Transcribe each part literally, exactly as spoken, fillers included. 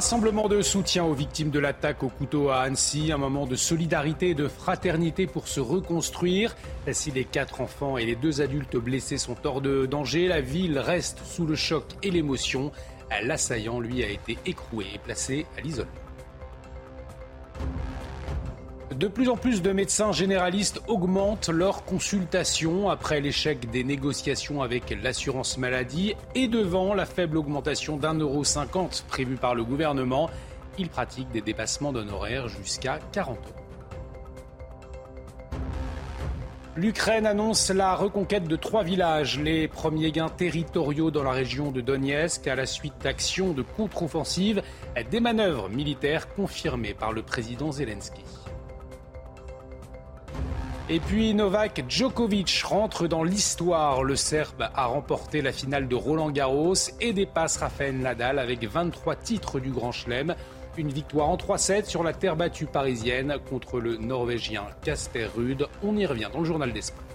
rassemblement de soutien aux victimes de l'attaque au couteau à Annecy, un moment de solidarité et de fraternité pour se reconstruire. Si les quatre enfants et les deux adultes blessés sont hors de danger, la ville reste sous le choc et l'émotion. L'assaillant, lui, a été écroué et placé à l'isolement. De plus en plus de médecins généralistes augmentent leurs consultations après l'échec des négociations avec l'assurance maladie et devant la faible augmentation d'un euro cinquante prévue par le gouvernement. Ils pratiquent des dépassements d'honoraires jusqu'à quarante euros. L'Ukraine annonce la reconquête de trois villages, les premiers gains territoriaux dans la région de Donetsk à la suite d'actions de contre-offensive, des manœuvres militaires confirmées par le président Zelensky. Et puis Novak Djokovic rentre dans l'histoire. Le Serbe a remporté la finale de Roland-Garros et dépasse Rafael Nadal avec vingt-trois titres du Grand Chelem. Une victoire en trois sept sur la terre battue parisienne contre le Norvégien Casper Ruud. On y revient dans le journal des sports.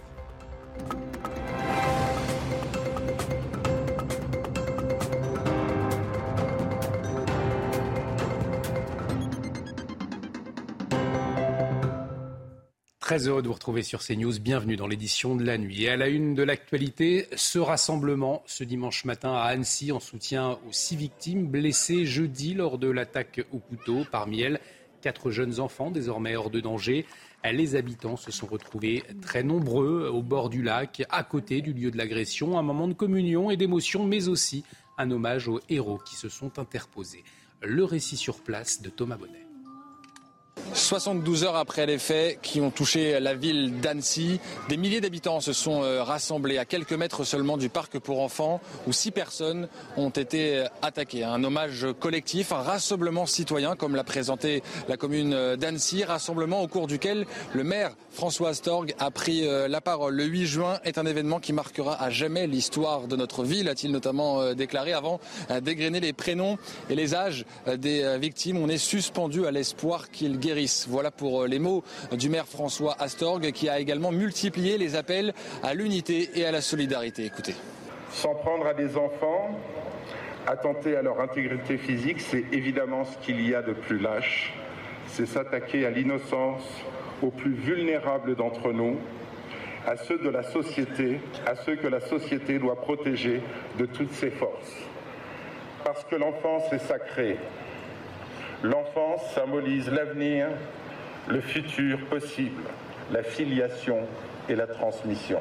Très heureux de vous retrouver sur CNews. Bienvenue dans l'édition de la nuit. Et à la une de l'actualité, ce rassemblement ce dimanche matin à Annecy en soutien aux six victimes blessées jeudi lors de l'attaque au couteau. Parmi elles, quatre jeunes enfants désormais hors de danger. Les habitants se sont retrouvés très nombreux au bord du lac, à côté du lieu de l'agression. Un moment de communion et d'émotion, mais aussi un hommage aux héros qui se sont interposés. Le récit sur place de Thomas Bonnet. soixante-douze heures après les faits qui ont touché la ville d'Annecy, des milliers d'habitants se sont rassemblés à quelques mètres seulement du parc pour enfants où six personnes ont été attaquées. Un hommage collectif, un rassemblement citoyen comme l'a présenté la commune d'Annecy, rassemblement au cours duquel le maire François Astorg a pris la parole. Le huit juin est un événement qui marquera à jamais l'histoire de notre ville, a-t-il notamment déclaré avant d'égrener les prénoms et les âges des victimes. On est suspendu à l'espoir qu'ils guérissent. Voilà pour les mots du maire François Astorg qui a également multiplié les appels à l'unité et à la solidarité. Écoutez. S'en prendre à des enfants, attenter à leur intégrité physique, c'est évidemment ce qu'il y a de plus lâche. C'est s'attaquer à l'innocence, aux plus vulnérables d'entre nous, à ceux de la société, à ceux que la société doit protéger de toutes ses forces. Parce que l'enfance est sacrée. L'enfance symbolise l'avenir, le futur possible, la filiation et la transmission.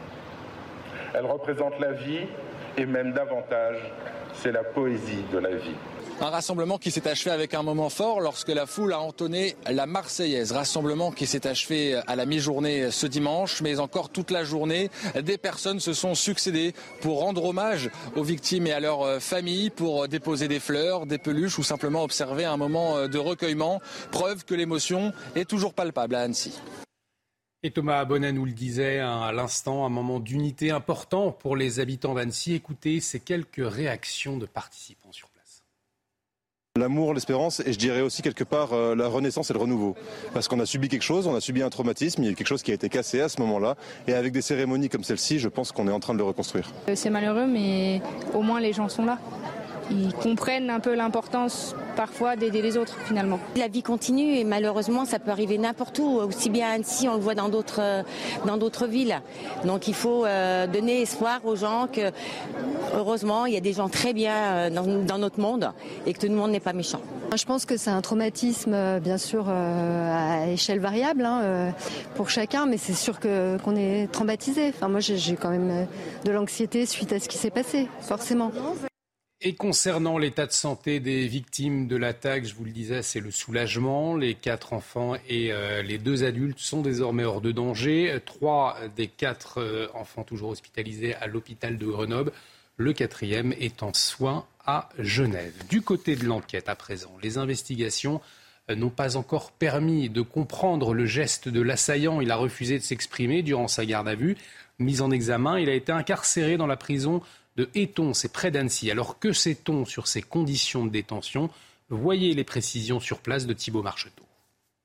Elle représente la vie et même davantage, c'est la poésie de la vie. Un rassemblement qui s'est achevé avec un moment fort lorsque la foule a entonné la Marseillaise. Rassemblement qui s'est achevé à la mi-journée ce dimanche, mais encore toute la journée. Des personnes se sont succédées pour rendre hommage aux victimes et à leurs familles, pour déposer des fleurs, des peluches ou simplement observer un moment de recueillement. Preuve que l'émotion est toujours palpable à Annecy. Et Thomas Bonnet nous le disait à l'instant, un moment d'unité important pour les habitants d'Annecy. Écoutez ces quelques réactions de participants sur place. L'amour, l'espérance et je dirais aussi quelque part euh, la renaissance et le renouveau. Parce qu'on a subi quelque chose, on a subi un traumatisme, il y a quelque chose qui a été cassé à ce moment-là. Et avec des cérémonies comme celle-ci, je pense qu'on est en train de le reconstruire. C'est malheureux, mais au moins les gens sont là. Ils comprennent un peu l'importance parfois d'aider les autres finalement. La vie continue et malheureusement ça peut arriver n'importe où, aussi bien à Annecy, on le voit dans d'autres, dans d'autres villes. Donc il faut euh, donner espoir aux gens que heureusement il y a des gens très bien dans, dans notre monde et que tout le monde n'est pas méchant. Je pense que c'est un traumatisme bien sûr euh, à échelle variable hein, euh, pour chacun, mais c'est sûr que, qu'on est traumatisé. Enfin, moi j'ai, j'ai quand même de l'anxiété suite à ce qui s'est passé, forcément. Et concernant l'état de santé des victimes de l'attaque, je vous le disais, c'est le soulagement. Les quatre enfants et euh, les deux adultes sont désormais hors de danger. Trois des quatre euh, enfants toujours hospitalisés à l'hôpital de Grenoble. Le quatrième est en soins à Genève. Du côté de l'enquête à présent, les investigations euh, n'ont pas encore permis de comprendre le geste de l'assaillant. Il a refusé de s'exprimer durant sa garde à vue. Mis en examen, il a été incarcéré dans la prison de Éton, c'est près d'Annecy. Alors que sait-on sur ces conditions de détention ? Voyez les précisions sur place de Thibaut Marcheteau.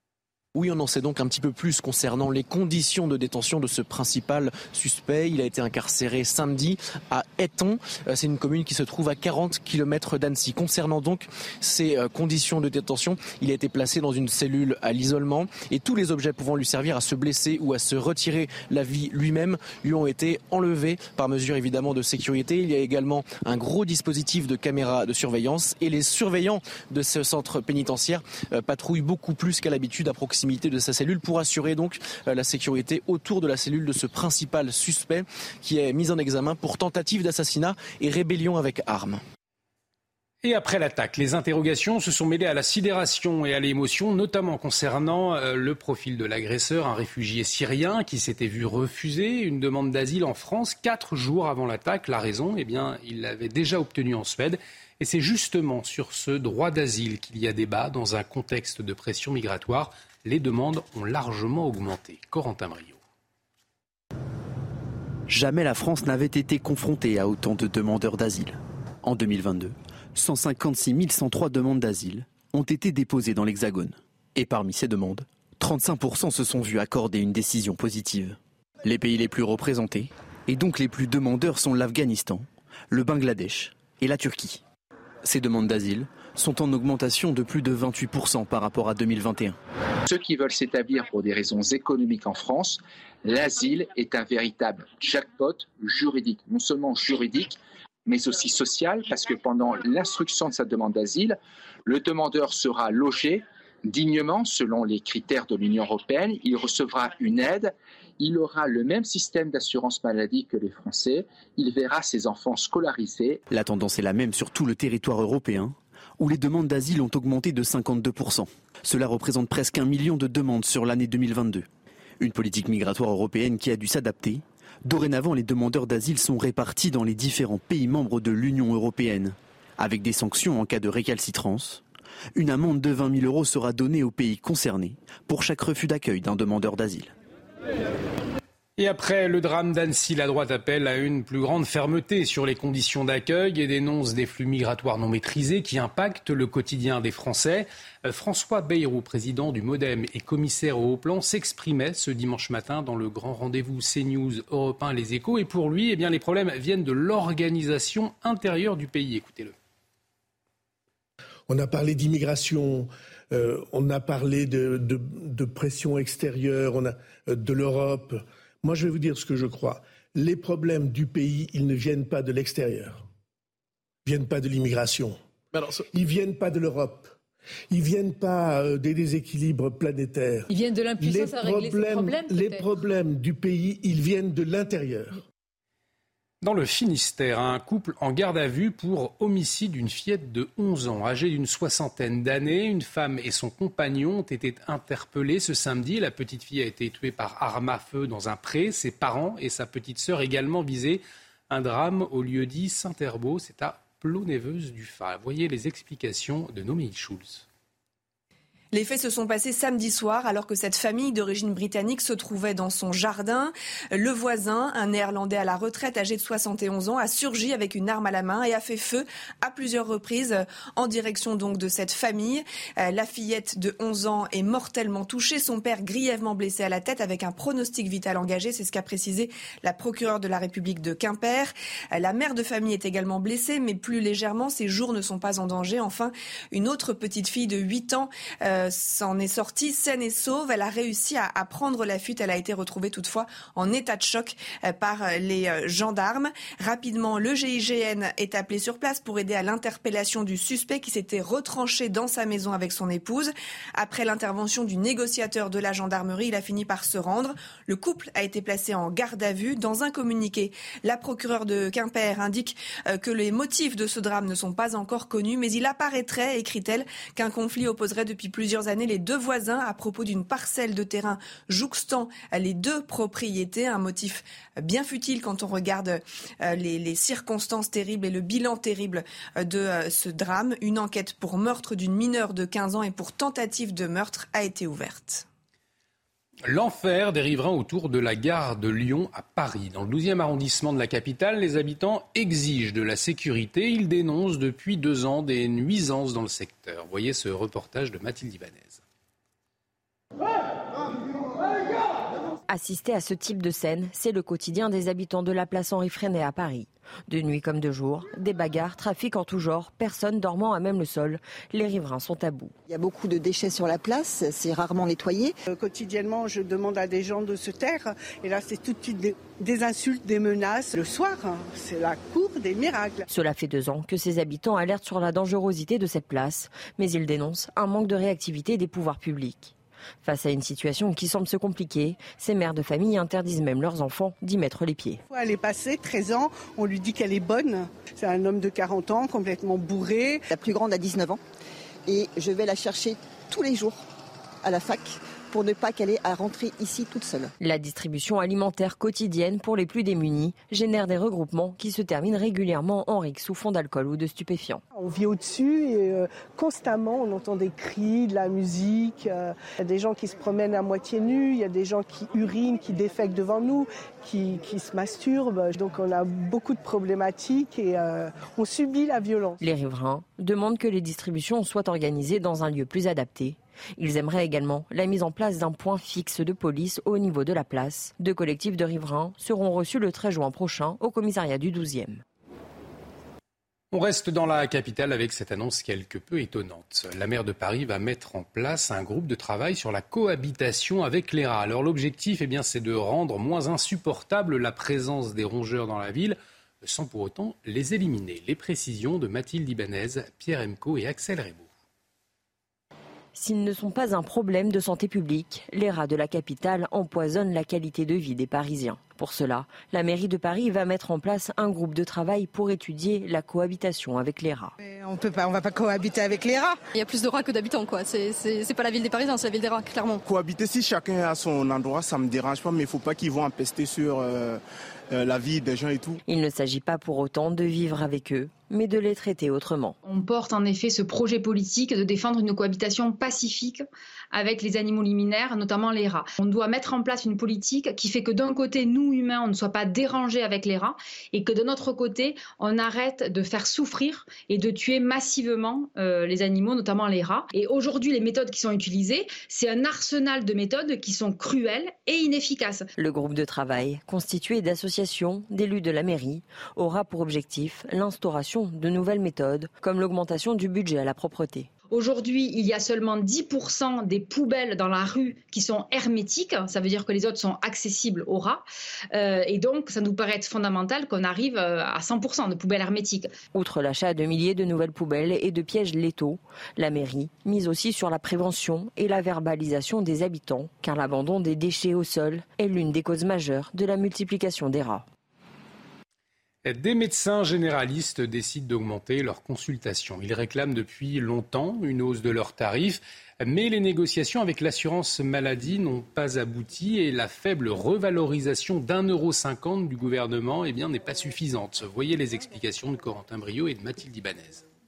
Oui, on en sait donc un petit peu plus concernant les conditions de détention de ce principal suspect. Il a été incarcéré samedi à Eton. C'est une commune qui se trouve à quarante kilomètres d'Annecy. Concernant donc ces conditions de détention, il a été placé dans une cellule à l'isolement et tous les objets pouvant lui servir à se blesser ou à se retirer la vie lui-même lui ont été enlevés par mesure évidemment de sécurité. Il y a également un gros dispositif de caméras de surveillance et les surveillants de ce centre pénitentiaire patrouillent beaucoup plus qu'à l'habitude à proximité de sa cellule pour assurer donc la sécurité autour de la cellule de ce principal suspect qui est mis en examen pour tentative d'assassinat et rébellion avec arme. Et après l'attaque, les interrogations se sont mêlées à la sidération et à l'émotion, notamment concernant le profil de l'agresseur, un réfugié syrien qui s'était vu refuser une demande d'asile en France quatre jours avant l'attaque. La raison, eh bien, il l'avait déjà obtenue en Suède. Et c'est justement sur ce droit d'asile qu'il y a débat dans un contexte de pression migratoire. Les demandes ont largement augmenté. Corentin Brio. Jamais la France n'avait été confrontée à autant de demandeurs d'asile. En deux mille vingt-deux, cent cinquante-six mille cent trois demandes d'asile ont été déposées dans l'Hexagone. Et parmi ces demandes, trente-cinq pour cent se sont vus accorder une décision positive. Les pays les plus représentés, et donc les plus demandeurs, sont l'Afghanistan, le Bangladesh et la Turquie. Ces demandes d'asile sont en augmentation de plus de vingt-huit pour cent par rapport à deux mille vingt et un. Ceux qui veulent s'établir pour des raisons économiques en France, l'asile est un véritable jackpot juridique, non seulement juridique, mais aussi social, parce que pendant l'instruction de sa demande d'asile, le demandeur sera logé dignement selon les critères de l'Union européenne, il recevra une aide, il aura le même système d'assurance maladie que les Français, il verra ses enfants scolarisés. La tendance est la même sur tout le territoire européen, où les demandes d'asile ont augmenté de cinquante-deux pour cent. Cela représente presque un million de demandes sur l'année deux mille vingt-deux. Une politique migratoire européenne qui a dû s'adapter. Dorénavant, les demandeurs d'asile sont répartis dans les différents pays membres de l'Union européenne, avec des sanctions en cas de récalcitrance. Une amende de vingt mille euros sera donnée aux pays concernés pour chaque refus d'accueil d'un demandeur d'asile. Et après le drame d'Annecy, la droite appelle à une plus grande fermeté sur les conditions d'accueil et dénonce des flux migratoires non maîtrisés qui impactent le quotidien des Français. François Bayrou, président du MoDem et commissaire au haut plan, s'exprimait ce dimanche matin dans le grand rendez-vous CNews, Europe un, Les Échos. Et pour lui, eh bien, les problèmes viennent de l'organisation intérieure du pays. Écoutez-le. On a parlé d'immigration, euh, on a parlé de, de, de pression extérieure, on a, euh, de l'Europe. Moi, je vais vous dire ce que je crois. Les problèmes du pays, ils ne viennent pas de l'extérieur. Ils ne viennent pas de l'immigration. Alors, ils ne viennent pas de l'Europe. Ils ne viennent pas euh, des déséquilibres planétaires. Ils viennent de l'impuissance à régler ces problèmes, les problèmes du pays, ils viennent de l'intérieur. Dans le Finistère, un couple en garde à vue pour homicide d'une fillette de onze ans. Âgée d'une soixantaine d'années, une femme et son compagnon ont été interpellés ce samedi. La petite fille a été tuée par arme à feu dans un pré. Ses parents et sa petite sœur également visés. Un drame au lieu-dit Saint-Herbault, c'est à Plonéveuse-du-Fat. Voyez les explications de Noémie Schulz. Les faits se sont passés samedi soir alors que cette famille d'origine britannique se trouvait dans son jardin. Le voisin, un néerlandais à la retraite âgé de soixante et onze ans, a surgi avec une arme à la main et a fait feu à plusieurs reprises en direction donc de cette famille. La fillette de onze ans est mortellement touchée, son père grièvement blessé à la tête avec un pronostic vital engagé. C'est ce qu'a précisé la procureure de la République de Quimper. La mère de famille est également blessée, mais plus légèrement. Ses jours ne sont pas en danger. Enfin, une autre petite fille de huit ans euh, s'en est sortie saine et sauve. Elle a réussi à, à prendre la fuite. Elle a été retrouvée toutefois en état de choc euh, par les euh, gendarmes. Rapidement, le G I G N est appelé sur place pour aider à l'interpellation du suspect qui s'était retranché dans sa maison avec son épouse. Après l'intervention du négociateur de la gendarmerie, il a fini par se rendre. Le couple a été placé en garde à vue. Dans un communiqué, la procureure de Quimper indique euh, que les motifs de ce drame ne sont pas encore connus, mais il apparaîtrait, écrit-elle, qu'un conflit opposerait depuis plusieurs années les deux voisins à propos d'une parcelle de terrain jouxtant les deux propriétés. Un motif bien futile quand on regarde les, les circonstances terribles et le bilan terrible de ce drame. Une enquête pour meurtre d'une mineure de quinze ans et pour tentative de meurtre a été ouverte. L'enfer des riverains autour de la gare de Lyon à Paris. Dans le douzième arrondissement de la capitale, les habitants exigent de la sécurité. Ils dénoncent depuis deux ans des nuisances dans le secteur. Voyez ce reportage de Mathilde Ibanez. Assister à ce type de scène, c'est le quotidien des habitants de la place Henri Freinet à Paris. De nuit comme de jour, des bagarres, trafic en tout genre, personne dormant à même le sol. Les riverains sont à bout. Il y a beaucoup de déchets sur la place, c'est rarement nettoyé. Euh, quotidiennement, je demande à des gens de se taire. Et là, c'est tout de suite des, des insultes, des menaces. Le soir, hein, c'est la cour des miracles. Cela fait deux ans que ces habitants alertent sur la dangerosité de cette place. Mais ils dénoncent un manque de réactivité des pouvoirs publics. Face à une situation qui semble se compliquer, ces mères de famille interdisent même leurs enfants d'y mettre les pieds. Elle est passée, treize ans, on lui dit qu'elle est bonne. C'est un homme de quarante ans, complètement bourré. La plus grande a dix-neuf ans et je vais la chercher tous les jours à la fac pour ne pas qu'elle ait à rentrer ici toute seule. La distribution alimentaire quotidienne pour les plus démunis génère des regroupements qui se terminent régulièrement en rixe sous fond d'alcool ou de stupéfiants. On vit au-dessus et euh, constamment on entend des cris, de la musique. Il euh, y a des gens qui se promènent à moitié nus, il y a des gens qui urinent, qui défèquent devant nous, qui, qui se masturbent. Donc on a beaucoup de problématiques et euh, on subit la violence. Les riverains demandent que les distributions soient organisées dans un lieu plus adapté. Ils aimeraient également la mise en place d'un point fixe de police au niveau de la place. Deux collectifs de riverains seront reçus le treize juin prochain au commissariat du douzième. On reste dans la capitale avec cette annonce quelque peu étonnante. La maire de Paris va mettre en place un groupe de travail sur la cohabitation avec les rats. Alors l'objectif, eh bien, c'est de rendre moins insupportable la présence des rongeurs dans la ville, sans pour autant les éliminer. Les précisions de Mathilde Ibanez, Pierre Emco et Axel Rebaud. S'ils ne sont pas un problème de santé publique, les rats de la capitale empoisonnent la qualité de vie des Parisiens. Pour cela, la mairie de Paris va mettre en place un groupe de travail pour étudier la cohabitation avec les rats. On peut pas, on va pas cohabiter avec les rats. Il y a plus de rats que d'habitants, quoi. C'est, c'est, c'est pas la ville des Parisiens, c'est la ville des rats, clairement. Cohabiter, si chacun a son endroit, ça me dérange pas, mais il faut pas qu'ils vont empester sur euh, euh, la vie des gens et tout. Il ne s'agit pas pour autant de vivre avec eux, mais de les traiter autrement. On porte en effet ce projet politique de défendre une cohabitation pacifique avec les animaux liminaires, notamment les rats. On doit mettre en place une politique qui fait que d'un côté, nous humains, on ne soit pas dérangés avec les rats et que de notre côté, on arrête de faire souffrir et de tuer massivement euh, les animaux, notamment les rats. Et aujourd'hui, les méthodes qui sont utilisées, c'est un arsenal de méthodes qui sont cruelles et inefficaces. Le groupe de travail, constitué d'associations, d'élus de la mairie, aura pour objectif l'instauration de nouvelles méthodes, comme l'augmentation du budget à la propreté. Aujourd'hui, il y a seulement dix pour cent des poubelles dans la rue qui sont hermétiques. Ça veut dire que les autres sont accessibles aux rats. Euh, et donc, ça nous paraît être fondamental qu'on arrive à cent pour cent de poubelles hermétiques. Outre l'achat de milliers de nouvelles poubelles et de pièges létaux, la mairie mise aussi sur la prévention et la verbalisation des habitants, car l'abandon des déchets au sol est l'une des causes majeures de la multiplication des rats. Des médecins généralistes décident d'augmenter leurs consultations. Ils réclament depuis longtemps une hausse de leurs tarifs, mais les négociations avec l'assurance maladie n'ont pas abouti et la faible revalorisation d'un euro cinquante du gouvernement eh bien, n'est pas suffisante. Voyez les explications de Corentin Brio et de Mathilde Ibanez.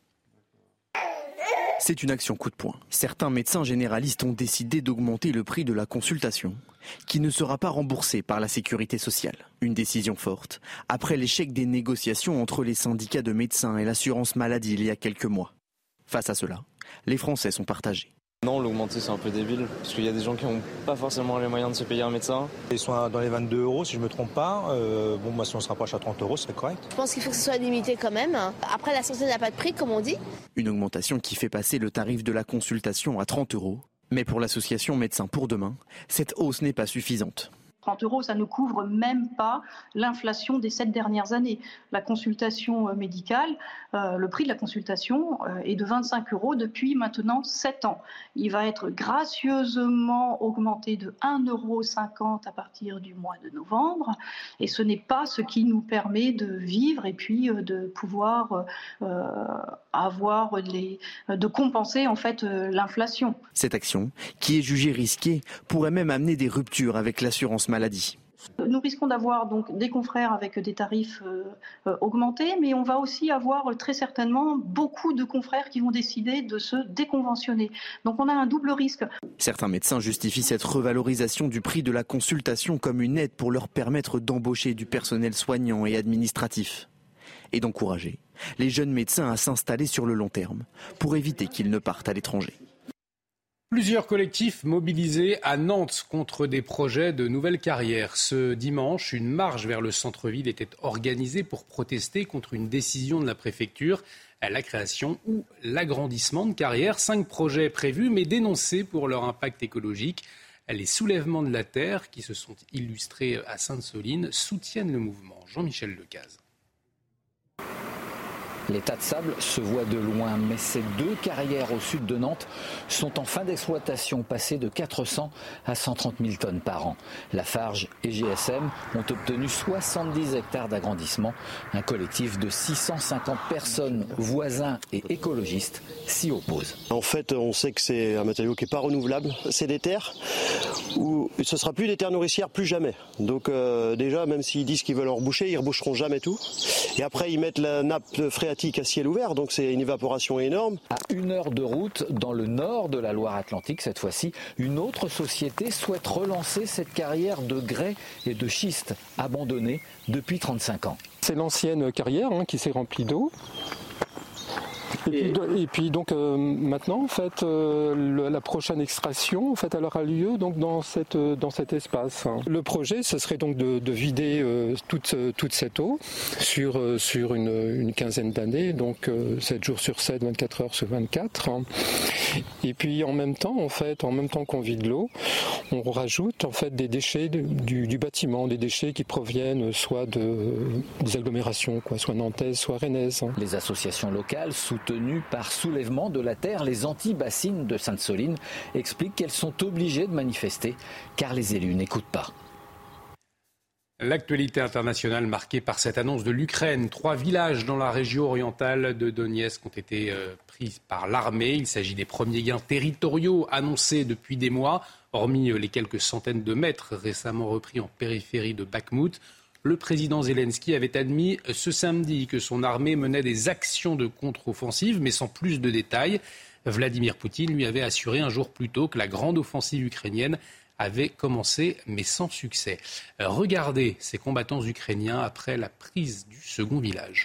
C'est une action coup de poing. Certains médecins généralistes ont décidé d'augmenter le prix de la consultation, qui ne sera pas remboursé par la sécurité sociale. Une décision forte, après l'échec des négociations entre les syndicats de médecins et l'assurance maladie il y a quelques mois. Face à cela, les Français sont partagés. Non, l'augmenter c'est un peu débile, parce qu'il y a des gens qui n'ont pas forcément les moyens de se payer un médecin. Ils sont dans les vingt-deux euros si je ne me trompe pas. Euh, bon, moi si on se rapproche à trente euros, c'est correct. Je pense qu'il faut que ce soit limité quand même. Après, la santé n'a pas de prix, comme on dit. Une augmentation qui fait passer le tarif de la consultation à trente euros. Mais pour l'association Médecins pour demain, cette hausse n'est pas suffisante. trente euros, ça ne couvre même pas l'inflation des sept dernières années. La consultation médicale, euh, le prix de la consultation euh, est de vingt-cinq euros depuis maintenant sept ans. Il va être gracieusement augmenté de un euro cinquante à partir du mois de novembre. Et ce n'est pas ce qui nous permet de vivre et puis euh, de pouvoir euh, avoir les, de compenser en fait euh, l'inflation. Cette action, qui est jugée risquée, pourrait même amener des ruptures avec l'assurance maladie. Nous risquons d'avoir donc des confrères avec des tarifs euh, euh, augmentés, mais on va aussi avoir euh, très certainement beaucoup de confrères qui vont décider de se déconventionner. Donc on a un double risque. Certains médecins justifient cette revalorisation du prix de la consultation comme une aide pour leur permettre d'embaucher du personnel soignant et administratif et d'encourager les jeunes médecins à s'installer sur le long terme pour éviter qu'ils ne partent à l'étranger. Plusieurs collectifs mobilisés à Nantes contre des projets de nouvelles carrières. Ce dimanche, une marche vers le centre-ville était organisée pour protester contre une décision de la préfecture à la création ou l'agrandissement de carrières. Cinq projets prévus, mais dénoncés pour leur impact écologique. Les soulèvements de la terre, qui se sont illustrés à Sainte-Soline, soutiennent le mouvement. Jean-Michel Decaze. Les tas de sable se voient de loin, mais ces deux carrières au sud de Nantes sont en fin d'exploitation, passées de quatre cents à cent trente mille tonnes par an. Lafarge et G S M ont obtenu soixante-dix hectares d'agrandissement. Un collectif de six cent cinquante personnes, voisins et écologistes, s'y opposent. En fait, on sait que c'est un matériau qui n'est pas renouvelable. C'est des terres où ce ne sera plus des terres nourricières, plus jamais. Donc euh, déjà, même s'ils disent qu'ils veulent en reboucher, ils ne reboucheront jamais tout. Et après, ils mettent la nappe phréatique à ciel ouvert, donc c'est une évaporation énorme. À une heure de route, dans le nord de la Loire-Atlantique, cette fois-ci, une autre société souhaite relancer cette carrière de grès et de schiste abandonnée depuis trente-cinq ans. C'est l'ancienne carrière hein, qui s'est remplie d'eau. Et puis, et puis donc euh, maintenant en fait euh, le, la prochaine extraction en fait elle aura lieu donc dans cette dans cet espace. Le projet ce serait donc de, de vider euh, toute toute cette eau sur euh, sur une, une quinzaine d'années, donc euh, sept jours sur sept, vingt-quatre heures sur vingt-quatre. Et puis en même temps en fait en même temps qu'on vide l'eau, on rajoute en fait des déchets de, du, du bâtiment, des déchets qui proviennent soit de des agglomérations quoi, soit nantaises, soit rennaises. Les associations locales soutenues par soulèvement de la terre, les anti-bassines de Sainte-Soline expliquent qu'elles sont obligées de manifester car les élus n'écoutent pas. L'actualité internationale marquée par cette annonce de l'Ukraine. Trois villages dans la région orientale de Donetsk ont été euh, pris par l'armée. Il s'agit des premiers gains territoriaux annoncés depuis des mois, hormis euh, les quelques centaines de mètres récemment repris en périphérie de Bakhmout. Le président Zelensky avait admis ce samedi que son armée menait des actions de contre-offensive, mais sans plus de détails. Vladimir Poutine lui avait assuré un jour plus tôt que la grande offensive ukrainienne avait commencé, mais sans succès. Regardez ces combattants ukrainiens après la prise du second village.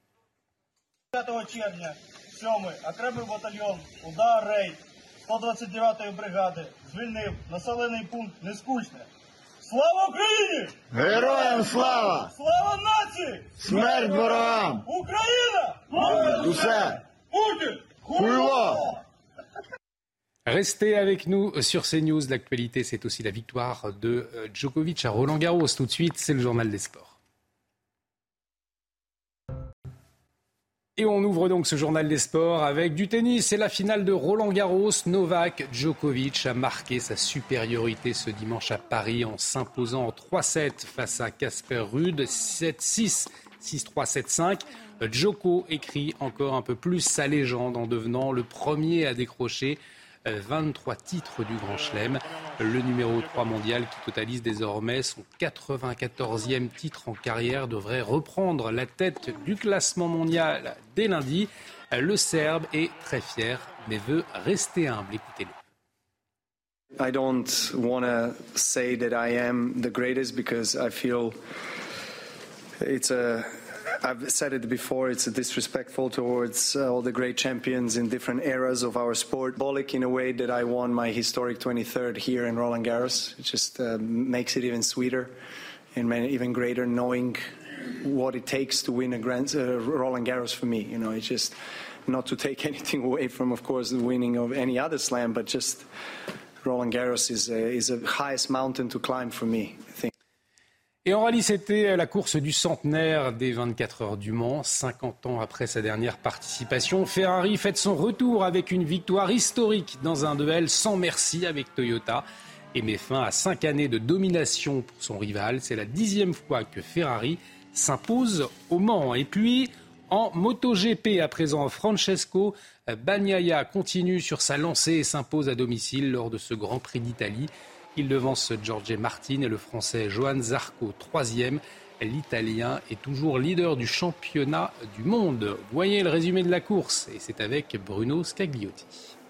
Слава Україні! Героям слава! Слава нації! Смерть ворогам! Україна! Понад усе! Путін! Хуйло! Restez avec nous sur CNews. L'actualité, c'est aussi la victoire de Djokovic à Roland-Garros. Tout de suite, c'est le journal des sports. Et on ouvre donc ce journal des sports avec du tennis. C'est la finale de Roland-Garros. Novak Djokovic a marqué sa supériorité ce dimanche à Paris en s'imposant en trois sept face à Casper Ruud. sept six, six trois, sept cinq. Djoko écrit encore un peu plus sa légende en devenant le premier à décrocher vingt-trois titres du Grand Chelem. Le numéro trois mondial qui totalise désormais son quatre-vingt-quatorzième titre en carrière devrait reprendre la tête du classement mondial dès lundi. Le Serbe est très fier mais veut rester humble. Écoutez-le. I don't want to say that I am the greatest because I feel it's a I've said it before, it's disrespectful towards uh, all the great champions in different eras of our sport. Symbolic in a way that I won my historic twenty-third here in Roland Garros. It just uh, makes it even sweeter and even greater knowing what it takes to win a Grand uh, Roland Garros for me. You know, it's just not to take anything away from, of course, the winning of any other slam, but just Roland Garros is a, is the highest mountain to climb for me, I think. Et en rallye, c'était la course du centenaire des vingt-quatre heures du Mans. cinquante ans après sa dernière participation, Ferrari fête son retour avec une victoire historique dans un duel sans merci avec Toyota et met fin à cinq années de domination pour son rival. C'est la dixième fois que Ferrari s'impose au Mans. Et puis, en MotoGP, à présent, Francesco Bagnaia continue sur sa lancée et s'impose à domicile lors de ce Grand Prix d'Italie. Il devance Jorge Martin et le Français Johan Zarco, troisième. L'Italien est toujours leader du championnat du monde. Voyez le résumé de la course et c'est avec Bruno Scagliotti.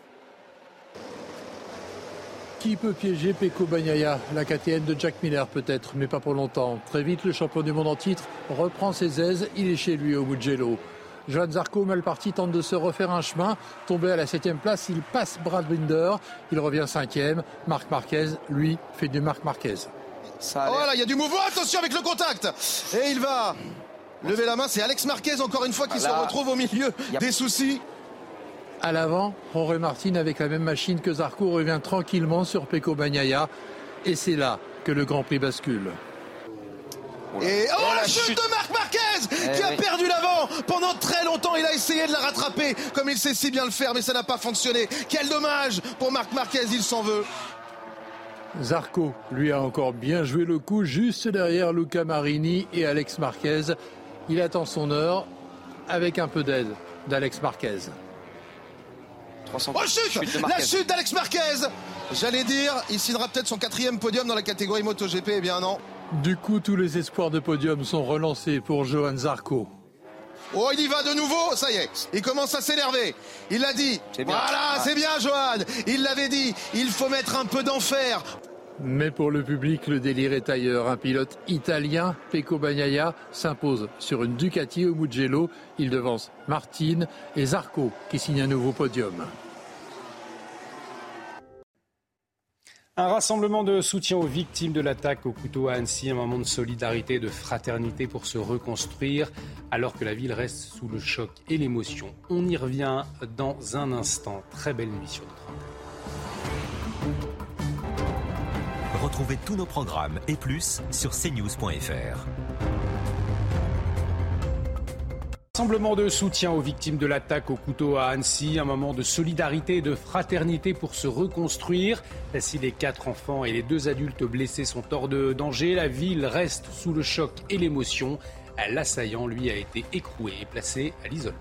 Qui peut piéger Pecco Bagnaia? La K T M de Jack Miller peut-être, mais pas pour longtemps. Très vite, le champion du monde en titre reprend ses aises. Il est chez lui au Mugello. Johan Zarco, mal parti, tente de se refaire un chemin. Tombé à la septième place, il passe Brad Binder. Il revient cinquième. Marc Marquez, lui, fait du Marc Marquez. Ça oh là, il y a du mouvement, attention avec le contact. Et il va lever la main, c'est Alex Marquez encore une fois qui voilà. se retrouve au milieu a... des soucis. À l'avant, Jorge Martin avec la même machine que Zarco revient tranquillement sur Pecco Bagnaia. Et c'est là que le Grand Prix bascule. Et oh, oh la chute, chute de Marc Marquez eh qui a oui. perdu l'avant pendant très longtemps. Il a essayé de la rattraper comme il sait si bien le faire, mais ça n'a pas fonctionné. Quel dommage pour Marc Marquez, il s'en veut. Zarco, lui, a encore bien joué le coup juste derrière Luca Marini et Alex Marquez. Il attend son heure avec un peu d'aide d'Alex Marquez. trois cents Oh chute, chute La chute d'Alex Marquez. J'allais dire, il signera peut-être son quatrième podium dans la catégorie MotoGP. Eh bien non. Du coup, tous les espoirs de podium sont relancés pour Johan Zarco. Oh, il y va de nouveau, ça y est, il commence à s'énerver. Il l'a dit. Voilà, ah. c'est bien, Johan. Il l'avait dit, il faut mettre un peu d'enfer. Mais pour le public, le délire est ailleurs. Un pilote italien, Pecco Bagnaia, s'impose sur une Ducati au Mugello. Il devance Martin et Zarco qui signe un nouveau podium. Un rassemblement de soutien aux victimes de l'attaque au couteau à Annecy, un moment de solidarité et de fraternité pour se reconstruire, alors que la ville reste sous le choc et l'émotion. On y revient dans un instant. Très belle nuit sur notre antenne. Retrouvez tous nos programmes et plus sur c news point f r. Rassemblement de soutien aux victimes de l'attaque au couteau à Annecy, un moment de solidarité et de fraternité pour se reconstruire. Si les quatre enfants et les deux adultes blessés sont hors de danger, la ville reste sous le choc et l'émotion. L'assaillant, lui, a été écroué et placé à l'isolement.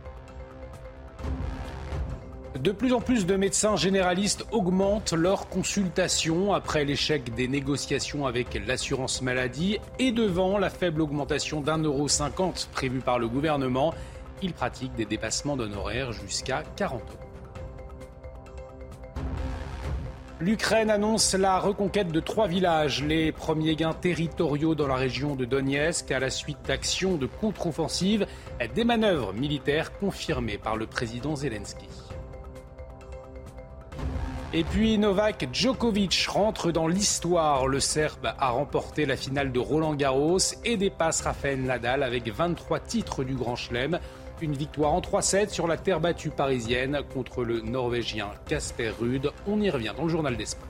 De plus en plus de médecins généralistes augmentent leurs consultations après l'échec des négociations avec l'assurance maladie et devant la faible augmentation d'un euro cinquante prévue par le gouvernement. Ils pratiquent des dépassements d'honoraires jusqu'à quarante euros. L'Ukraine annonce la reconquête de trois villages, les premiers gains territoriaux dans la région de Donetsk à la suite d'actions de contre-offensive, des manœuvres militaires confirmées par le président Zelensky. Et puis Novak Djokovic rentre dans l'histoire. Le Serbe a remporté la finale de Roland-Garros et dépasse Rafael Nadal avec vingt-trois titres du Grand Chelem. Une victoire en trois sept sur la terre battue parisienne contre le Norvégien Casper Ruud. On y revient dans le journal des sports.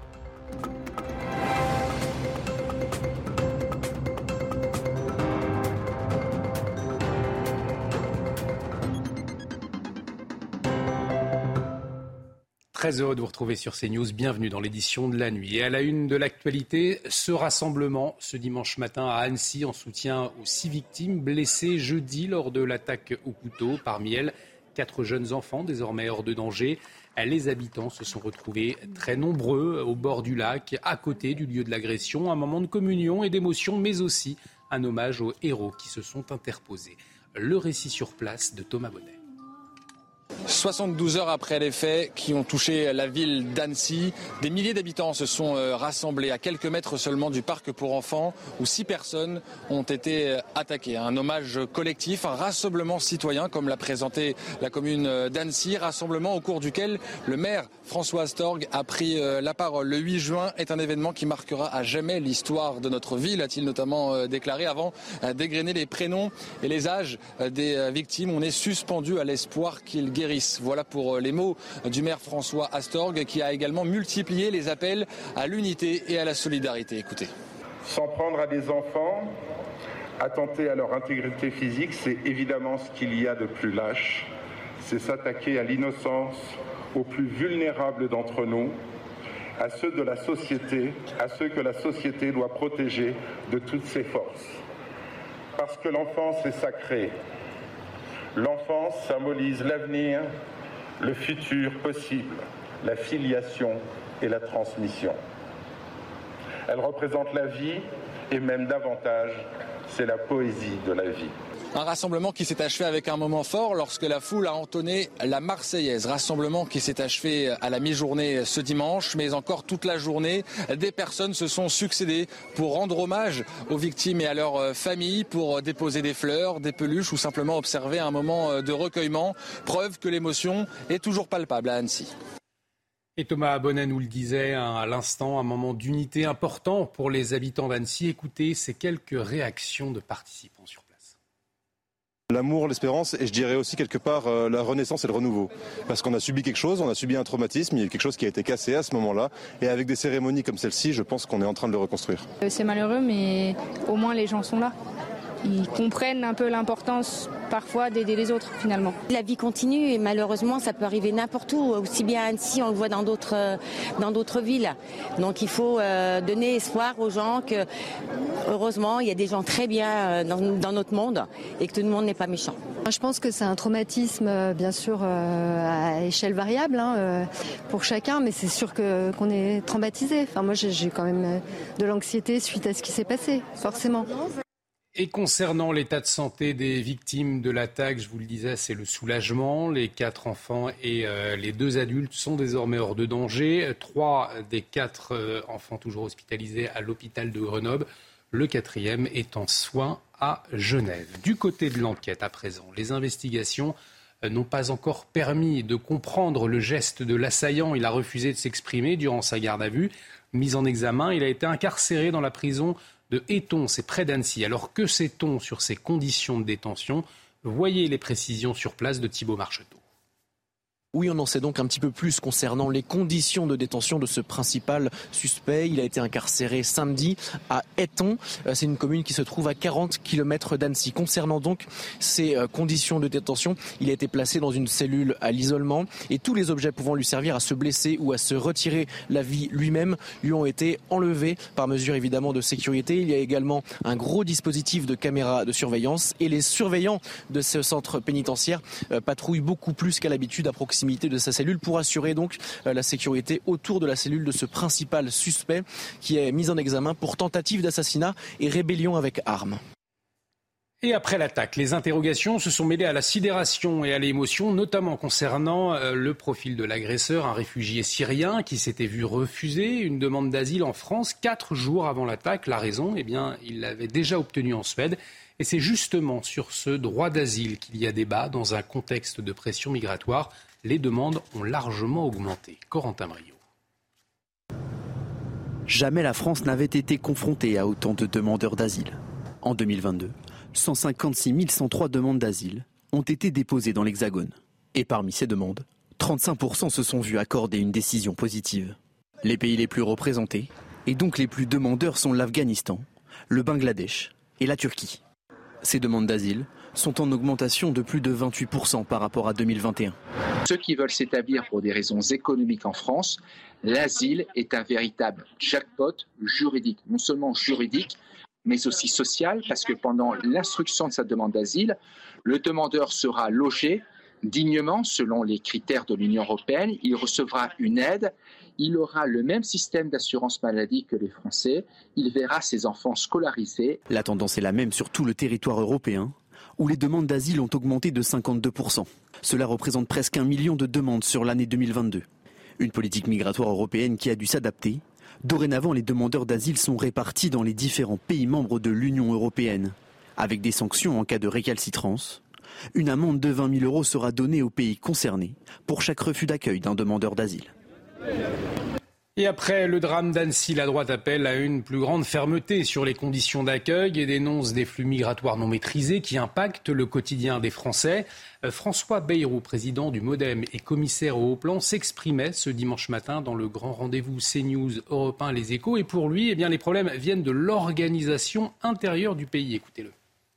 Très heureux de vous retrouver sur CNews. Bienvenue dans l'édition de la nuit. Et à la une de l'actualité, ce rassemblement ce dimanche matin à Annecy en soutien aux six victimes blessées jeudi lors de l'attaque au couteau. Parmi elles, quatre jeunes enfants désormais hors de danger. Les habitants se sont retrouvés très nombreux au bord du lac, à côté du lieu de l'agression. Un moment de communion et d'émotion, mais aussi un hommage aux héros qui se sont interposés. Le récit sur place de Thomas Bonnet. soixante-douze heures après les faits qui ont touché la ville d'Annecy, des milliers d'habitants se sont rassemblés à quelques mètres seulement du parc pour enfants où six personnes ont été attaquées. Un hommage collectif, un rassemblement citoyen comme l'a présenté la commune d'Annecy, rassemblement au cours duquel le maire François Astorg a pris la parole. Le huit juin est un événement qui marquera à jamais l'histoire de notre ville, a-t-il notamment déclaré avant d'égrener les prénoms et les âges des victimes. On est suspendu à l'espoir qu'ils guérissent. Voilà pour les mots du maire François Astorg qui a également multiplié les appels à l'unité et à la solidarité. Écoutez. S'en prendre à des enfants, attenter à leur intégrité physique, c'est évidemment ce qu'il y a de plus lâche. C'est s'attaquer à l'innocence, aux plus vulnérables d'entre nous, à ceux de la société, à ceux que la société doit protéger de toutes ses forces. Parce que l'enfance est sacrée. L'enfance symbolise l'avenir, le futur possible, la filiation et la transmission. Elle représente la vie et même davantage, c'est la poésie de la vie. Un rassemblement qui s'est achevé avec un moment fort lorsque la foule a entonné la Marseillaise. Rassemblement qui s'est achevé à la mi-journée ce dimanche, mais encore toute la journée, des personnes se sont succédées pour rendre hommage aux victimes et à leurs familles, pour déposer des fleurs, des peluches ou simplement observer un moment de recueillement. Preuve que l'émotion est toujours palpable à Annecy. Et Thomas Bonnet nous le disait à l'instant, un moment d'unité important pour les habitants d'Annecy. Écoutez ces quelques réactions de participants sur place. L'amour, l'espérance et je dirais aussi quelque part euh, la renaissance et le renouveau. Parce qu'on a subi quelque chose, on a subi un traumatisme, il y a quelque chose qui a été cassé à ce moment-là. Et avec des cérémonies comme celle-ci, je pense qu'on est en train de le reconstruire. C'est malheureux, mais au moins les gens sont là. Ils comprennent un peu l'importance parfois d'aider les autres finalement. La vie continue et malheureusement ça peut arriver n'importe où, aussi bien à Annecy, on le voit dans d'autres, dans d'autres villes. Donc il faut euh, donner espoir aux gens que heureusement il y a des gens très bien dans, dans notre monde et que tout le monde n'est pas méchant. Je pense que c'est un traumatisme bien sûr euh, à échelle variable hein, euh, pour chacun, mais c'est sûr que, qu'on est traumatisé. Enfin, moi j'ai, j'ai quand même de l'anxiété suite à ce qui s'est passé, forcément. Et concernant l'état de santé des victimes de l'attaque, je vous le disais, c'est le soulagement. Les quatre enfants et euh, les deux adultes sont désormais hors de danger. Trois des quatre euh, enfants toujours hospitalisés à l'hôpital de Grenoble. Le quatrième est en soins à Genève. Du côté de l'enquête à présent, les investigations euh, n'ont pas encore permis de comprendre le geste de l'assaillant. Il a refusé de s'exprimer durant sa garde à vue. Mis en examen, il a été incarcéré dans la prison de Éton, c'est près d'Annecy. Alors que sait-on sur ces conditions de détention ? Voyez les précisions sur place de Thibaut Marcheteau. Oui, on en sait donc un petit peu plus concernant les conditions de détention de ce principal suspect. Il a été incarcéré samedi à Éton. C'est une commune qui se trouve à quarante kilomètres d'Annecy. Concernant donc ces conditions de détention, il a été placé dans une cellule à l'isolement et tous les objets pouvant lui servir à se blesser ou à se retirer la vie lui-même lui ont été enlevés par mesure évidemment de sécurité. Il y a également un gros dispositif de caméras de surveillance et les surveillants de ce centre pénitentiaire patrouillent beaucoup plus qu'à l'habitude à proximité de sa cellule pour assurer donc la sécurité autour de la cellule de ce principal suspect qui est mis en examen pour tentative d'assassinat et rébellion avec arme. Et après l'attaque, les interrogations se sont mêlées à la sidération et à l'émotion, notamment concernant le profil de l'agresseur, un réfugié syrien qui s'était vu refuser une demande d'asile en France quatre jours avant l'attaque. La raison, eh bien, il l'avait déjà obtenue en Suède. Et c'est justement sur ce droit d'asile qu'il y a débat dans un contexte de pression migratoire. Les demandes ont largement augmenté. Corentin Brio. Jamais la France n'avait été confrontée à autant de demandeurs d'asile. En deux mille vingt-deux, cent cinquante-six mille cent trois demandes d'asile ont été déposées dans l'Hexagone. Et parmi ces demandes, trente-cinq pour cent se sont vus accorder une décision positive. Les pays les plus représentés, et donc les plus demandeurs, sont l'Afghanistan, le Bangladesh et la Turquie. Ces demandes d'asile sont en augmentation de plus de vingt-huit pour cent par rapport à deux mille vingt et un. Ceux qui veulent s'établir pour des raisons économiques en France, l'asile est un véritable jackpot juridique, non seulement juridique, mais aussi social, parce que pendant l'instruction de sa demande d'asile, le demandeur sera logé dignement selon les critères de l'Union européenne, il recevra une aide, il aura le même système d'assurance maladie que les Français, il verra ses enfants scolarisés. La tendance est la même sur tout le territoire européen, où les demandes d'asile ont augmenté de cinquante-deux pour cent. Cela représente presque un million de demandes sur l'année deux mille vingt-deux. Une politique migratoire européenne qui a dû s'adapter. Dorénavant, les demandeurs d'asile sont répartis dans les différents pays membres de l'Union européenne, avec des sanctions en cas de récalcitrance. Une amende de vingt mille euros sera donnée aux pays concernés pour chaque refus d'accueil d'un demandeur d'asile. Et après le drame d'Annecy, la droite appelle à une plus grande fermeté sur les conditions d'accueil et dénonce des flux migratoires non maîtrisés qui impactent le quotidien des Français. François Bayrou, président du MoDem et commissaire au haut plan, s'exprimait ce dimanche matin dans le grand rendez-vous CNews Europe un Les Échos. Et pour lui, eh bien, les problèmes viennent de l'organisation intérieure du pays. Écoutez-le.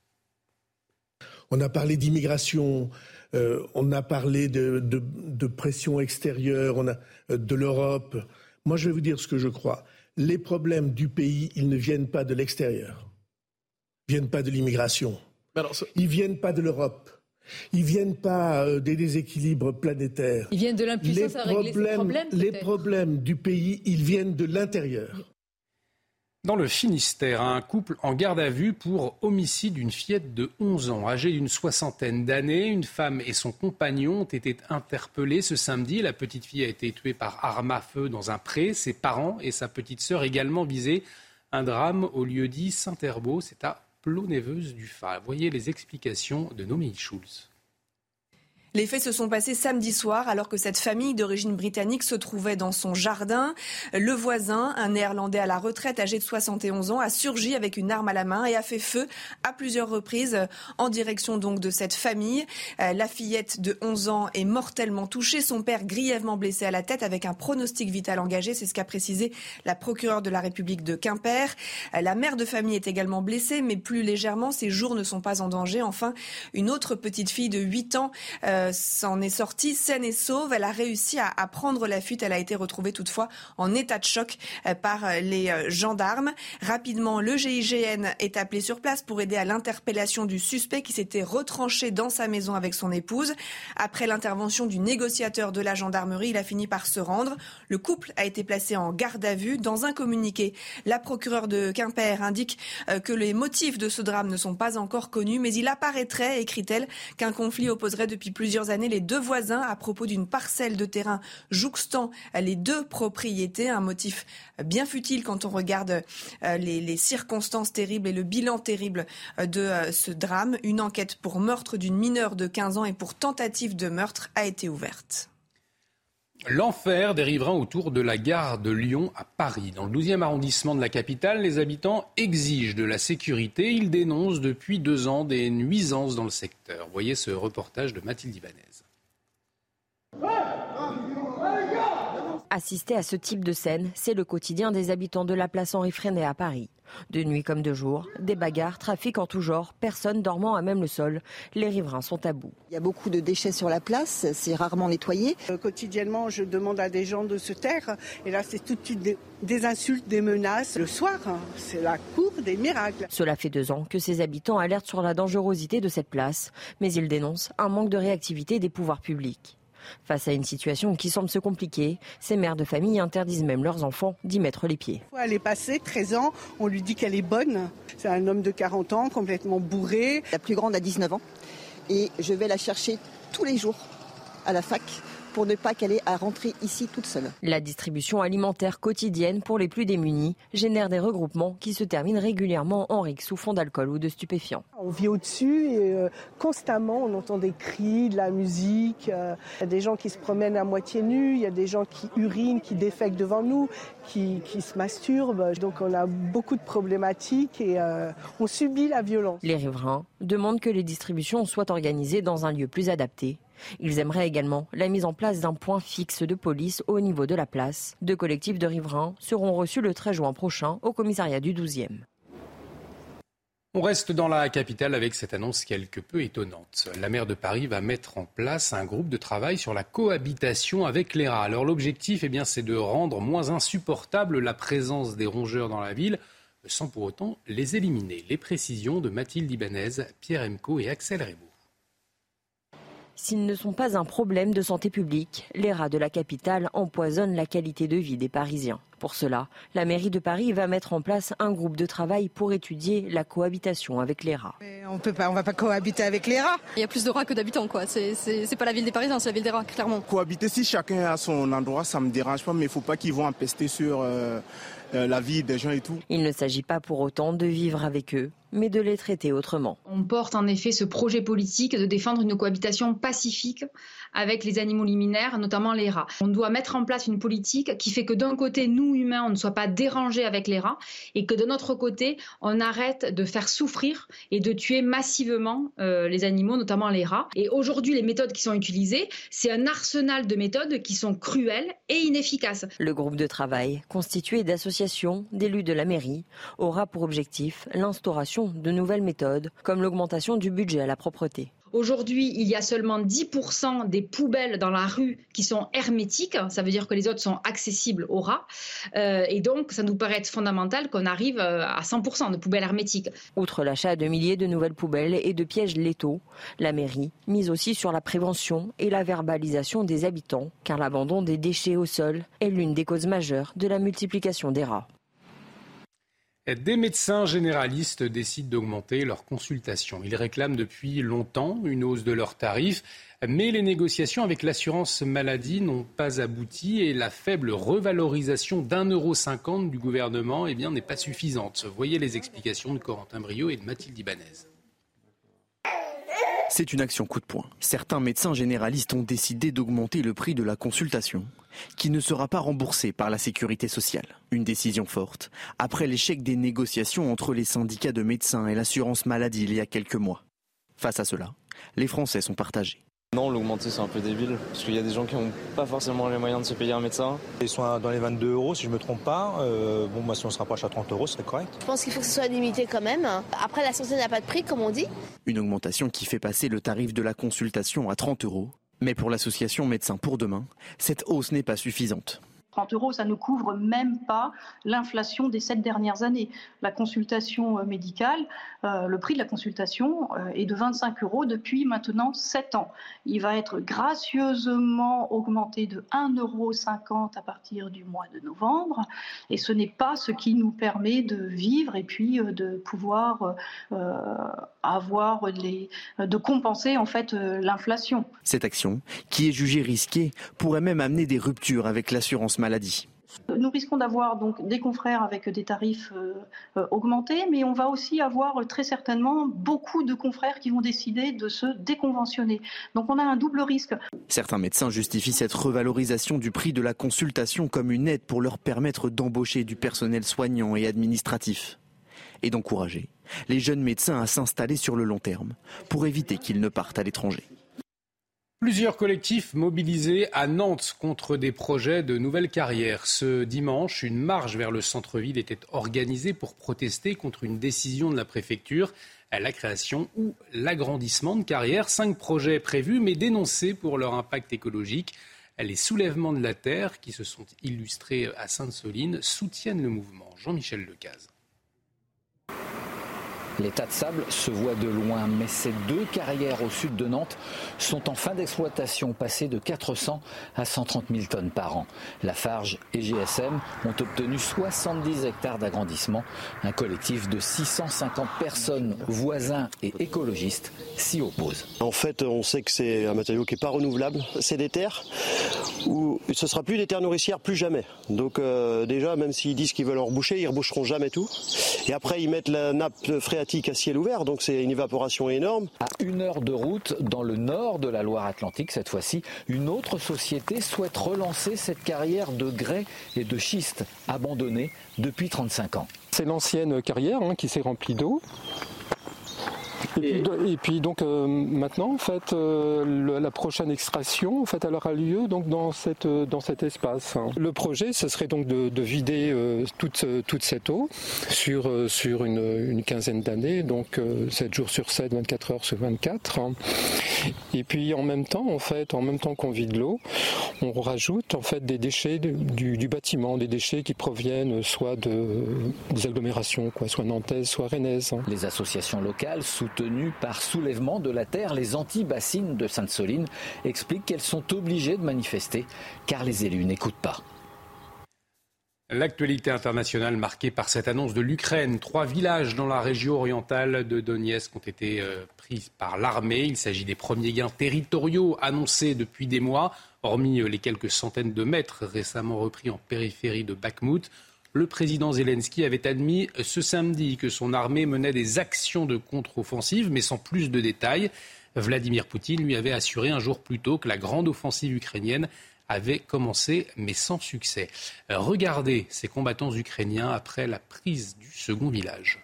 On a parlé d'immigration, euh, on a parlé de, de, de pression extérieure, on a, euh, de l'Europe. Moi, je vais vous dire ce que je crois. Les problèmes du pays, ils ne viennent pas de l'extérieur. Ils ne viennent pas de l'immigration. Ils ne viennent pas de l'Europe. Ils ne viennent pas euh, des déséquilibres planétaires. Ils viennent de l'impuissance à régler ces problèmes, les problèmes du pays, ils viennent de l'intérieur. Dans le Finistère, un couple en garde à vue pour homicide d'une fillette de onze ans. Âgée d'une soixantaine d'années, une femme et son compagnon ont été interpellés ce samedi. La petite fille a été tuée par arme à feu dans un pré. Ses parents et sa petite sœur également visés. Un drame au lieu-dit Saint-Herbault, c'est à Plonéveuse-du-Fat. Voyez les explications de Noémie Schulz. Les faits se sont passés samedi soir alors que cette famille d'origine britannique se trouvait dans son jardin. Le voisin, un néerlandais à la retraite âgé de soixante et onze ans, a surgi avec une arme à la main et a fait feu à plusieurs reprises en direction donc de cette famille. La fillette de onze ans est mortellement touchée, son père grièvement blessé à la tête avec un pronostic vital engagé. C'est ce qu'a précisé la procureure de la République de Quimper. La mère de famille est également blessée, mais plus légèrement. Ses jours ne sont pas en danger. Enfin, une autre petite fille de huit ans euh, s'en est sortie saine et sauve. Elle a réussi à, à prendre la fuite. Elle a été retrouvée toutefois en état de choc euh, par les euh, gendarmes. Rapidement, le G I G N est appelé sur place pour aider à l'interpellation du suspect qui s'était retranché dans sa maison avec son épouse. Après l'intervention du négociateur de la gendarmerie, il a fini par se rendre. Le couple a été placé en garde à vue. Dans un communiqué, la procureure de Quimper indique euh, que les motifs de ce drame ne sont pas encore connus, mais il apparaîtrait, écrit-elle, qu'un conflit opposerait depuis plusieurs années les deux voisins à propos d'une parcelle de terrain jouxtant les deux propriétés. Un motif bien futile quand on regarde les, les circonstances terribles et le bilan terrible de ce drame. Une enquête pour meurtre d'une mineure de quinze ans et pour tentative de meurtre a été ouverte. L'enfer des riverains autour de la gare de Lyon à Paris. Dans le douzième arrondissement de la capitale, les habitants exigent de la sécurité. Ils dénoncent depuis deux ans des nuisances dans le secteur. Voyez ce reportage de Mathilde Ibanez. Assister à ce type de scène, c'est le quotidien des habitants de la place Henri Freinet à Paris. De nuit comme de jour, des bagarres, trafic en tout genre, personne dormant à même le sol. Les riverains sont à bout. Il y a beaucoup de déchets sur la place, c'est rarement nettoyé. Euh, quotidiennement, je demande à des gens de se taire. Et là, c'est tout de suite des, des insultes, des menaces. Le soir, hein, c'est la cour des miracles. Cela fait deux ans que ces habitants alertent sur la dangerosité de cette place. Mais ils dénoncent un manque de réactivité des pouvoirs publics. Face à une situation qui semble se compliquer, ces mères de famille interdisent même leurs enfants d'y mettre les pieds. Elle est passée, treize ans, on lui dit qu'elle est bonne. C'est un homme de quarante ans, complètement bourré. La plus grande a dix-neuf ans et je vais la chercher tous les jours à la fac pour ne pas qu'elle ait à rentrer ici toute seule. La distribution alimentaire quotidienne pour les plus démunis génère des regroupements qui se terminent régulièrement en rixe sous fond d'alcool ou de stupéfiants. On vit au-dessus et euh, constamment on entend des cris, de la musique. Il euh, y a des gens qui se promènent à moitié nus, il y a des gens qui urinent, qui défèquent devant nous, qui, qui se masturbent. Donc on a beaucoup de problématiques et euh, on subit la violence. Les riverains demandent que les distributions soient organisées dans un lieu plus adapté. Ils aimeraient également la mise en place d'un point fixe de police au niveau de la place. Deux collectifs de riverains seront reçus le treize juin prochain au commissariat du douzième. On reste dans la capitale avec cette annonce quelque peu étonnante. La maire de Paris va mettre en place un groupe de travail sur la cohabitation avec les rats. Alors l'objectif, eh bien, c'est de rendre moins insupportable la présence des rongeurs dans la ville, sans pour autant les éliminer. Les précisions de Mathilde Ibanez, Pierre Emco et Axel Rebaud. S'ils ne sont pas un problème de santé publique, les rats de la capitale empoisonnent la qualité de vie des Parisiens. Pour cela, la mairie de Paris va mettre en place un groupe de travail pour étudier la cohabitation avec les rats. Mais on peut pas, on va pas cohabiter avec les rats. Il y a plus de rats que d'habitants, quoi. C'est, c'est, c'est pas la ville des Parisiens, c'est la ville des rats, clairement. Cohabiter, si chacun a son endroit, ça me dérange pas, mais il faut pas qu'ils vont empester sur euh, euh, la vie des gens et tout. Il ne s'agit pas pour autant de vivre avec eux, mais de les traiter autrement. On porte en effet ce projet politique de défendre une cohabitation pacifique avec les animaux liminaires, notamment les rats. On doit mettre en place une politique qui fait que d'un côté, nous humains, on ne soit pas dérangés avec les rats et que de notre côté, on arrête de faire souffrir et de tuer massivement euh, les animaux, notamment les rats. Et aujourd'hui, les méthodes qui sont utilisées, c'est un arsenal de méthodes qui sont cruelles et inefficaces. Le groupe de travail, constitué d'associations, d'élus de la mairie, aura pour objectif l'instauration de nouvelles méthodes, comme l'augmentation du budget à la propreté. Aujourd'hui, il y a seulement dix pour cent des poubelles dans la rue qui sont hermétiques. Ça veut dire que les autres sont accessibles aux rats. Euh, et donc, ça nous paraît être fondamental qu'on arrive à cent pour cent de poubelles hermétiques. Outre l'achat de milliers de nouvelles poubelles et de pièges létaux, la mairie mise aussi sur la prévention et la verbalisation des habitants, car l'abandon des déchets au sol est l'une des causes majeures de la multiplication des rats. Des médecins généralistes décident d'augmenter leurs consultations. Ils réclament depuis longtemps une hausse de leurs tarifs, mais les négociations avec l'assurance maladie n'ont pas abouti et la faible revalorisation d'un euro cinquante du gouvernement eh bien, n'est pas suffisante. Voyez les explications de Corentin Brio et de Mathilde Ibanez. C'est une action coup de poing. Certains médecins généralistes ont décidé d'augmenter le prix de la consultation, qui ne sera pas remboursé par la sécurité sociale. Une décision forte, après l'échec des négociations entre les syndicats de médecins et l'assurance maladie il y a quelques mois. Face à cela, les Français sont partagés. Non, l'augmenter c'est un peu débile, parce qu'il y a des gens qui n'ont pas forcément les moyens de se payer un médecin. Ils sont dans les vingt-deux euros si je ne me trompe pas. Euh, bon, bah, si on se rapproche à trente euros, c'est correct. Je pense qu'il faut que ce soit limité quand même. Après, la santé n'a pas de prix, comme on dit. Une augmentation qui fait passer le tarif de la consultation à trente euros. Mais pour l'association Médecins pour demain, cette hausse n'est pas suffisante. trente euros, ça ne couvre même pas l'inflation des sept dernières années. La consultation médicale, euh, le prix de la consultation euh, est de vingt-cinq euros depuis maintenant sept ans. Il va être gracieusement augmenté de un euro cinquante à partir du mois de novembre. Et ce n'est pas ce qui nous permet de vivre et puis euh, de pouvoir euh, avoir les, de compenser en fait euh, l'inflation. Cette action, qui est jugée risquée, pourrait même amener des ruptures avec l'assurance maladie. Nous risquons d'avoir donc des confrères avec des tarifs euh, euh, augmentés, mais on va aussi avoir euh, très certainement beaucoup de confrères qui vont décider de se déconventionner. Donc on a un double risque. Certains médecins justifient cette revalorisation du prix de la consultation comme une aide pour leur permettre d'embaucher du personnel soignant et administratif et d'encourager les jeunes médecins à s'installer sur le long terme pour éviter qu'ils ne partent à l'étranger. Plusieurs collectifs mobilisés à Nantes contre des projets de nouvelles carrières. Ce dimanche, une marche vers le centre-ville était organisée pour protester contre une décision de la préfecture à la création ou l'agrandissement de carrières. Cinq projets prévus, mais dénoncés pour leur impact écologique. Les soulèvements de la terre, qui se sont illustrés à Sainte-Soline, soutiennent le mouvement. Jean-Michel Lecaze. Les tas de sable se voient de loin, mais ces deux carrières au sud de Nantes sont en fin d'exploitation, passées de quatre cents à cent trente mille tonnes par an. Lafarge et G S M ont obtenu soixante-dix hectares d'agrandissement. Un collectif de six cent cinquante personnes, voisins et écologistes, s'y opposent. En fait, on sait que c'est un matériau qui n'est pas renouvelable. C'est des terres où ce ne sera plus des terres nourricières, plus jamais. Donc euh, déjà, même s'ils disent qu'ils veulent en reboucher, ils ne reboucheront jamais tout. Et après, ils mettent la nappe phréatique à ciel ouvert, donc c'est une évaporation énorme. À une heure de route, dans le nord de la Loire-Atlantique, cette fois-ci, une autre société souhaite relancer cette carrière de grès et de schiste abandonnée depuis trente-cinq ans. C'est l'ancienne carrière hein, qui s'est remplie d'eau. Et puis, et puis donc euh, maintenant en fait euh, le, la prochaine extraction en fait elle aura lieu donc dans cette dans cet espace. Hein. Le projet ce serait donc de, de vider euh, toute toute cette eau sur euh, sur une, une quinzaine d'années, donc euh, sept jours sur sept, vingt-quatre heures sur vingt-quatre. Hein. Et puis en même temps en fait en même temps qu'on vide l'eau, on rajoute en fait des déchets du, du bâtiment, des déchets qui proviennent soit de des agglomérations quoi, soit nantaises, soit rennaises. Hein. Les associations locales soutenues par Soulèvement de la Terre, les anti-bassines de Sainte-Soline expliquent qu'elles sont obligées de manifester car les élus n'écoutent pas. L'actualité internationale marquée par cette annonce de l'Ukraine. Trois villages dans la région orientale de Donetsk ont été euh, pris par l'armée. Il s'agit des premiers gains territoriaux annoncés depuis des mois, hormis euh, les quelques centaines de mètres récemment repris en périphérie de Bakhmout. Le président Zelensky avait admis ce samedi que son armée menait des actions de contre-offensive, mais sans plus de détails. Vladimir Poutine lui avait assuré un jour plus tôt que la grande offensive ukrainienne avait commencé, mais sans succès. Regardez ces combattants ukrainiens après la prise du second village.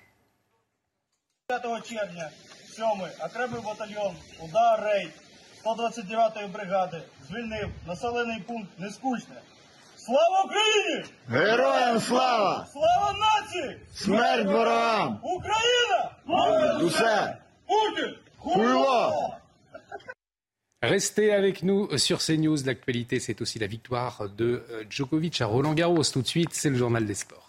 Слава Україні! Героям слава! Слава нації! Смерть ворогам! Україна! Понад усе! Путін! Хуйло! Restez avec nous sur CNews. L'actualité, c'est aussi la victoire de Djokovic à Roland-Garros. Tout de suite, c'est le journal des sports.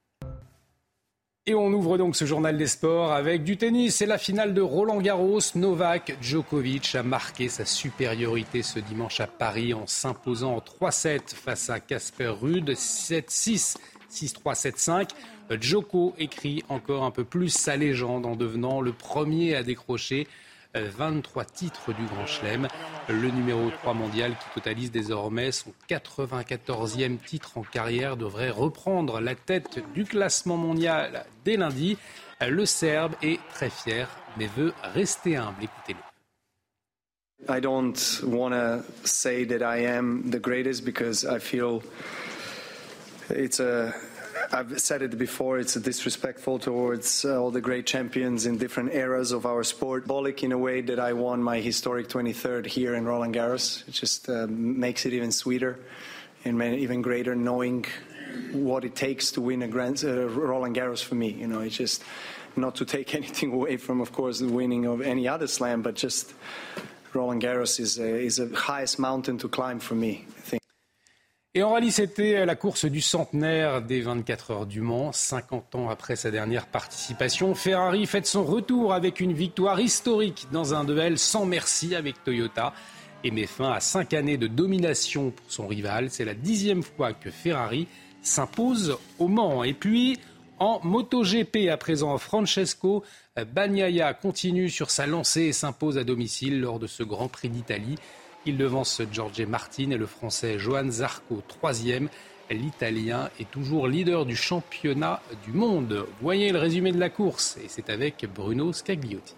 Et on ouvre donc ce journal des sports avec du tennis. C'est la finale de Roland-Garros. Novak Djokovic a marqué sa supériorité ce dimanche à Paris en s'imposant en trois sept face à Casper Ruud. sept six, six trois, sept cinq. Djoko écrit encore un peu plus sa légende en devenant le premier à décrocher vingt-trois titres du Grand Chelem. Le numéro trois mondial, qui totalise désormais son quatre-vingt-quatorzième titre en carrière, devrait reprendre la tête du classement mondial dès lundi. Le Serbe est très fier, mais veut rester humble. Écoutez-le. I don't want to say that I am the greatest because I feel it's a I've said it before, it's disrespectful towards uh, all the great champions in different eras of our sport. Symbolic in a way that I won my historic twenty-third here in Roland Garros. It just uh, makes it even sweeter and even greater knowing what it takes to win a Grand uh, Roland Garros for me. You know, it's just not to take anything away from, of course, the winning of any other slam, but just Roland Garros is a, is the highest mountain to climb for me, I think. Et en rallye, c'était la course du centenaire des vingt-quatre heures du Mans. cinquante ans après sa dernière participation, Ferrari fête son retour avec une victoire historique dans un duel sans merci avec Toyota et met fin à cinq années de domination pour son rival. C'est la dixième fois que Ferrari s'impose au Mans. Et puis, en MotoGP, à présent, Francesco Bagnaia continue sur sa lancée et s'impose à domicile lors de ce Grand Prix d'Italie. Il devance Jorge Martin et le Français Johann Zarco, troisième. L'Italien est toujours leader du championnat du monde. Voyez le résumé de la course, et c'est avec Bruno Scagliotti.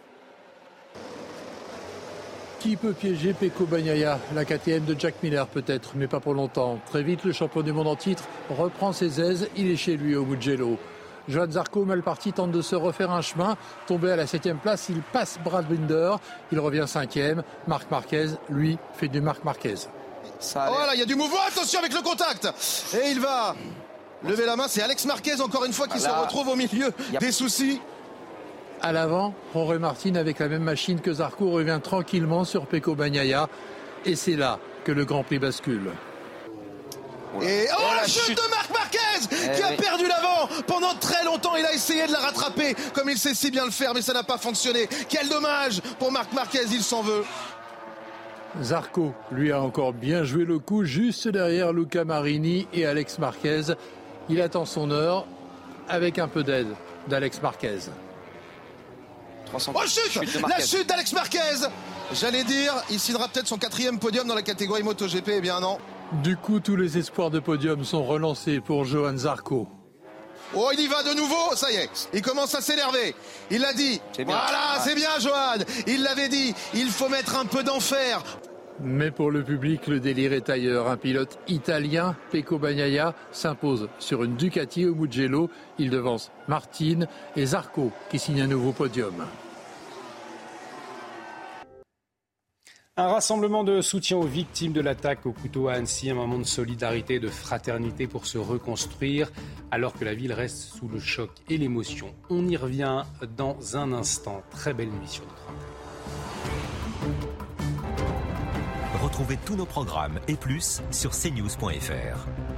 Qui peut piéger Pecco Bagnaia? La K T M de Jack Miller peut-être, mais pas pour longtemps. Très vite, le champion du monde en titre reprend ses aises. Il est chez lui au Mugello. Johann Zarco, mal parti, tente de se refaire un chemin. Tombé à la septième place, il passe Brad Binder. Il revient cinquième. Marc Marquez, lui, fait du Marc Marquez. Voilà, il y a du mouvement. Attention avec le contact. Et il va lever la main. C'est Alex Marquez, encore une fois, qui voilà. se retrouve au milieu a... des soucis. À l'avant, Jorge Martin, avec la même machine que Zarco, revient tranquillement sur Pecco Bagnaia. Et c'est là que le Grand Prix bascule. Et oh, oh la chute, chute de Marc Marquez eh qui a oui. perdu l'avant pendant très longtemps. Il a essayé de la rattraper comme il sait si bien le faire, mais ça n'a pas fonctionné. Quel dommage pour Marc Marquez, il s'en veut. Zarco, lui, a encore bien joué le coup juste derrière Luca Marini et Alex Marquez. Il attend son heure avec un peu d'aide d'Alex Marquez. Oh chute, chute La chute d'Alex Marquez. J'allais dire, il signera peut-être son quatrième podium dans la catégorie MotoGP. Eh bien non. Du coup, tous les espoirs de podium sont relancés pour Johann Zarco. Oh, il y va de nouveau, ça y est, il commence à s'énerver. Il l'a dit. Voilà, ah. c'est bien, Johann. Il l'avait dit, il faut mettre un peu d'enfer. Mais pour le public, le délire est ailleurs. Un pilote italien, Pecco Bagnaia, s'impose sur une Ducati au Mugello. Il devance Martin et Zarco qui signe un nouveau podium. Un rassemblement de soutien aux victimes de l'attaque au couteau à Annecy, un moment de solidarité et de fraternité pour se reconstruire, alors que la ville reste sous le choc et l'émotion. On y revient dans un instant. Très belle nuit sur notre antenne. Retrouvez tous nos programmes et plus sur c news point f r.